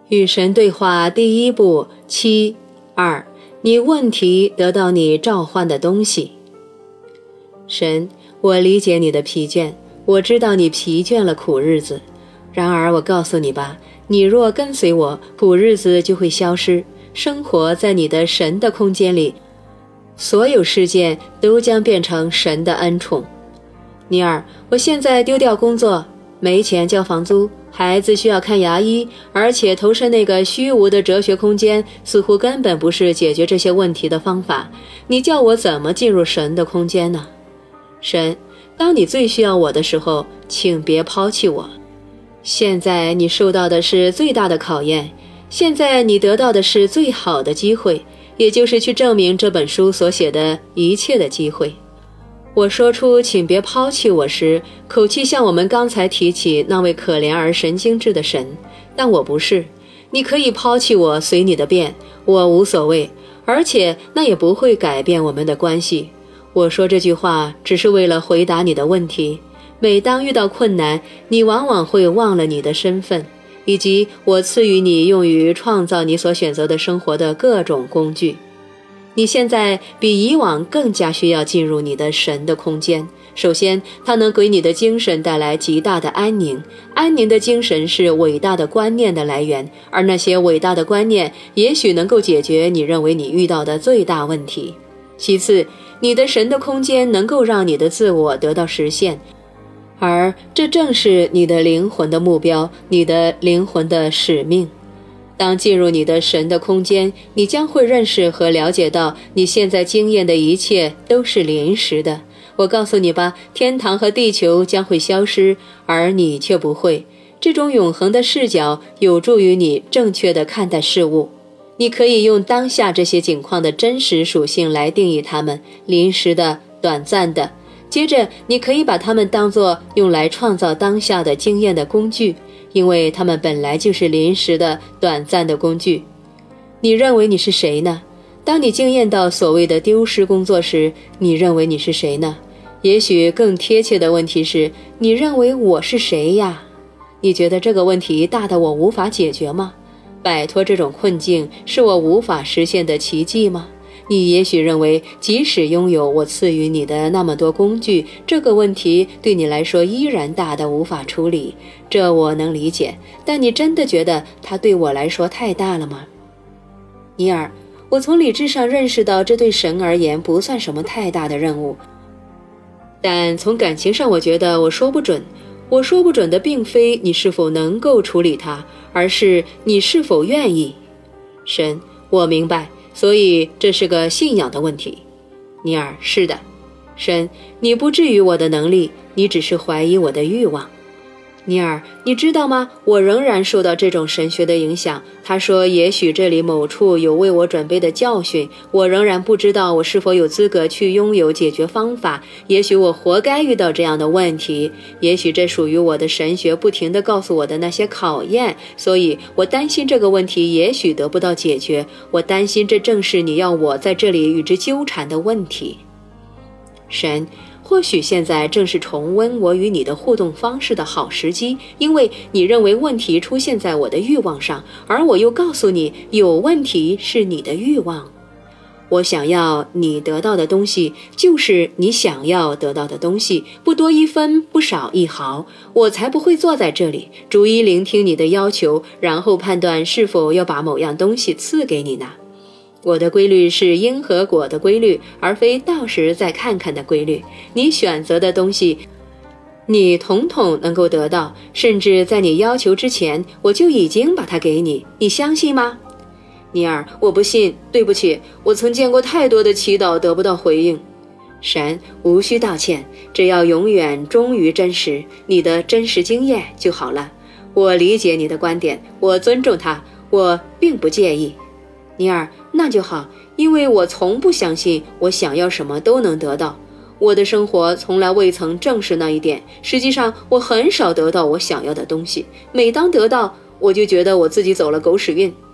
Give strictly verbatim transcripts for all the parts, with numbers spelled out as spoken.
与神对话第一步七二，你问题得到你召唤的东西。神，我理解你的疲倦，我知道你疲倦了苦日子。然而我告诉你吧，你若跟随我，苦日子就会消失，生活在你的神的空间里，所有事件都将变成神的恩宠。尼尔，我现在丢掉工作，没钱交房租，孩子需要看牙医，而且投身那个虚无的哲学空间似乎根本不是解决这些问题的方法。你叫我怎么进入神的空间呢？神，当你最需要我的时候，请别抛弃我。现在你受到的是最大的考验，现在你得到的是最好的机会，也就是去证明这本书所写的一切的机会。我说出请别抛弃我时，口气像我们刚才提起那位可怜而神经质的神，但我不是。你可以抛弃我，随你的便，我无所谓，而且那也不会改变我们的关系。我说这句话只是为了回答你的问题。每当遇到困难，你往往会忘了你的身份，以及我赐予你用于创造你所选择的生活的各种工具。你现在比以往更加需要进入你的神的空间。首先，它能给你的精神带来极大的安宁。安宁的精神是伟大的观念的来源，而那些伟大的观念也许能够解决你认为你遇到的最大问题。其次，你的神的空间能够让你的自我得到实现，而这正是你的灵魂的目标，你的灵魂的使命。当进入你的神的空间，你将会认识和了解到你现在经验的一切都是临时的。我告诉你吧，天堂和地球将会消失，而你却不会。这种永恒的视角有助于你正确地看待事物。你可以用当下这些景况的真实属性来定义它们，临时的、短暂的。接着，你可以把它们当作用来创造当下的经验的工具，因为它们本来就是临时的、短暂的工具。你认为你是谁呢？当你经验到所谓的丢失工作时，你认为你是谁呢？也许更贴切的问题是，你认为我是谁呀？你觉得这个问题大得我无法解决吗？摆脱这种困境是我无法实现的奇迹吗？你也许认为，即使拥有我赐予你的那么多工具，这个问题对你来说依然大得无法处理。这我能理解，但你真的觉得它对我来说太大了吗？尼尔，我从理智上认识到这对神而言不算什么太大的任务，但从感情上我觉得我说不准。我说不准的并非你是否能够处理它，而是你是否愿意。神，我明白，所以这是个信仰的问题。尼尔，是的。神，你不质疑我的能力，你只是怀疑我的欲望。尼尔，你知道吗？我仍然受到这种神学的影响。他说，也许这里某处有为我准备的教训，我仍然不知道我是否有资格去拥有解决方法。也许我活该遇到这样的问题，也许这属于我的神学不停地告诉我的那些考验，所以我担心这个问题也许得不到解决。我担心这正是你要我在这里与之纠缠的问题。神，或许现在正是重温我与你的互动方式的好时机，因为你认为问题出现在我的欲望上，而我又告诉你有问题是你的欲望。我想要你得到的东西就是你想要得到的东西，不多一分，不少一毫，我才不会坐在这里逐一聆听你的要求，然后判断是否要把某样东西赐给你呢。我的规律是因和果的规律，而非到时再看看的规律。你选择的东西，你统统能够得到，甚至在你要求之前，我就已经把它给你。你相信吗？尼尔，我不信，对不起，我曾见过太多的祈祷得不到回应。神，无需道歉，只要永远忠于真实，你的真实经验就好了。我理解你的观点，我尊重它，我并不介意。尼尔，那就好，因为我从不相信我想要什么都能得到。我的生活从来未曾证实那一点。实际上，我很少得到我想要的东西。每当得到，我就觉得我自己走了狗屎运。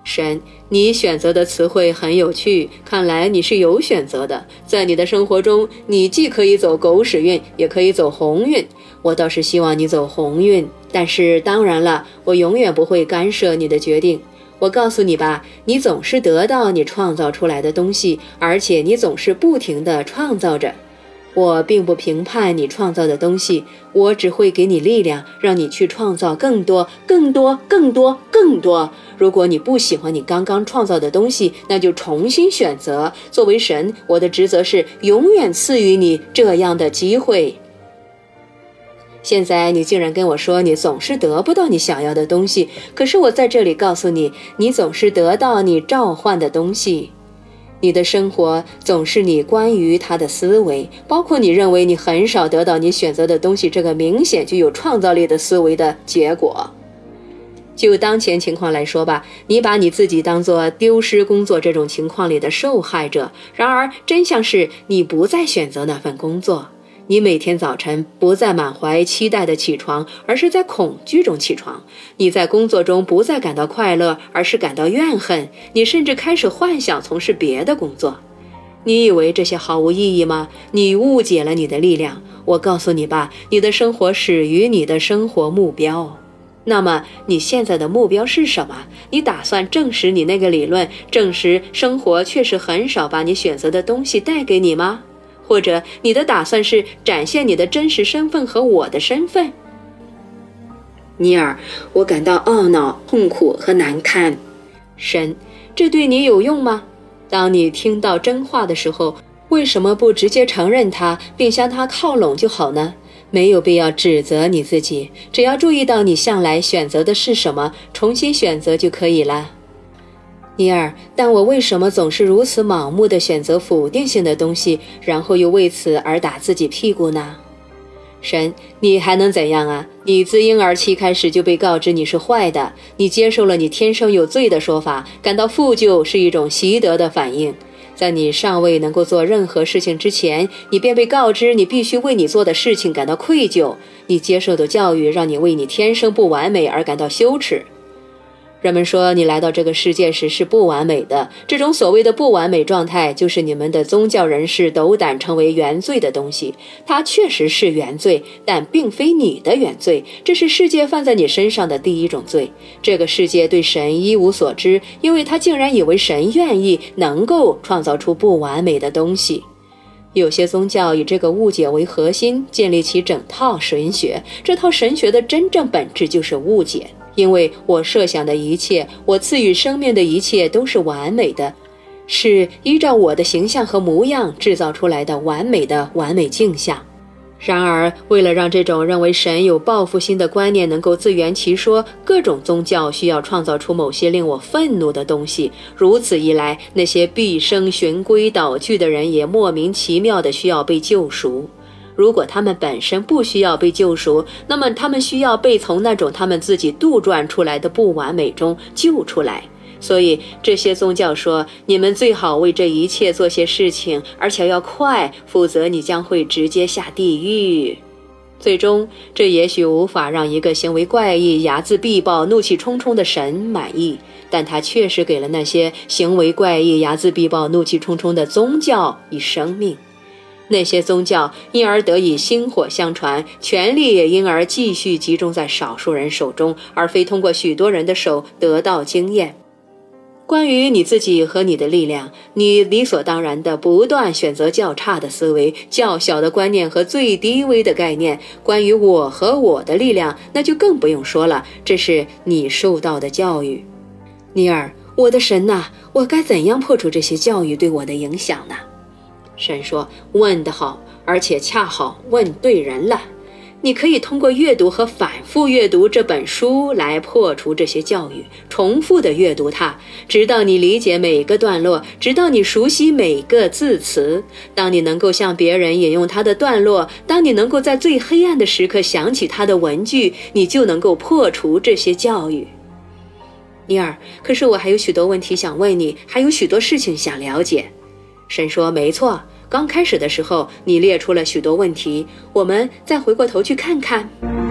神，你选择的词汇很有趣，看来你是有选择的。在你的生活中，你既可以走狗屎运，也可以走鸿运。我倒是希望你走鸿运，但是当然了，我永远不会干涉你的决定。我告诉你吧，你总是得到你创造出来的东西，而且你总是不停地创造着。我并不评判你创造的东西，我只会给你力量，让你去创造更多、更多、更多、更多。如果你不喜欢你刚刚创造的东西，那就重新选择。作为神，我的职责是永远赐予你这样的机会。现在你竟然跟我说你总是得不到你想要的东西，可是我在这里告诉你，你总是得到你召唤的东西。你的生活总是你关于它的思维，包括你认为你很少得到你选择的东西，这个明显具有创造力的思维的结果。就当前情况来说吧，你把你自己当作丢失工作这种情况里的受害者，然而真相是你不再选择那份工作。你每天早晨不再满怀期待地起床，而是在恐惧中起床。你在工作中不再感到快乐，而是感到怨恨。你甚至开始幻想从事别的工作。你以为这些毫无意义吗？你误解了你的力量。我告诉你吧，你的生活始于你的生活目标。那么你现在的目标是什么？你打算证实你那个理论，证实生活确实很少把你选择的东西带给你吗？或者你的打算是展现你的真实身份和我的身份？尼尔，我感到懊恼、痛苦和难堪。神，这对你有用吗？当你听到真话的时候，为什么不直接承认它，并向它靠拢就好呢？没有必要指责你自己，只要注意到你向来选择的是什么，重新选择就可以了。尼尔，但我为什么总是如此盲目地选择否定性的东西，然后又为此而打自己屁股呢？神，你还能怎样啊？你自婴儿期开始就被告知你是坏的，你接受了你天生有罪的说法，感到负疚是一种习得的反应。在你尚未能够做任何事情之前，你便被告知你必须为你做的事情感到愧疚。你接受的教育让你为你天生不完美而感到羞耻。人们说你来到这个世界时是不完美的，这种所谓的不完美状态就是你们的宗教人士斗胆称为原罪的东西。它确实是原罪，但并非你的原罪，这是世界犯在你身上的第一种罪。这个世界对神一无所知，因为他竟然以为神愿意能够创造出不完美的东西。有些宗教以这个误解为核心，建立起整套神学。这套神学的真正本质就是误解。因为我设想的一切，我赐予生命的一切都是完美的，是依照我的形象和模样制造出来的完美的完美镜像。然而，为了让这种认为神有报复心的观念能够自圆其说，各种宗教需要创造出某些令我愤怒的东西。如此一来，那些毕生循规蹈矩的人也莫名其妙地需要被救赎。如果他们本身不需要被救赎，那么他们需要被从那种他们自己杜撰出来的不完美中救出来。所以这些宗教说，你们最好为这一切做些事情，而且要快，否则你将会直接下地狱。最终，这也许无法让一个行为怪异、睚眦必报、怒气冲冲的神满意，但他确实给了那些行为怪异、睚眦必报、怒气冲冲的宗教以生命。那些宗教因而得以薪火相传，权力也因而继续集中在少数人手中，而非通过许多人的手得到经验。关于你自己和你的力量，你理所当然地不断选择较差的思维、较小的观念和最低微的概念。关于我和我的力量，那就更不用说了，这是你受到的教育。尼尔，我的神哪，我该怎样破除这些教育对我的影响呢？神说，问得好，而且恰好问对人了。你可以通过阅读和反复阅读这本书来破除这些教育，重复地阅读它，直到你理解每个段落，直到你熟悉每个字词。当你能够向别人引用它的段落，当你能够在最黑暗的时刻想起它的文句，你就能够破除这些教育。尼尔，可是我还有许多问题想问你，还有许多事情想了解。神说，没错，刚开始的时候你列出了许多问题，我们再回过头去看看。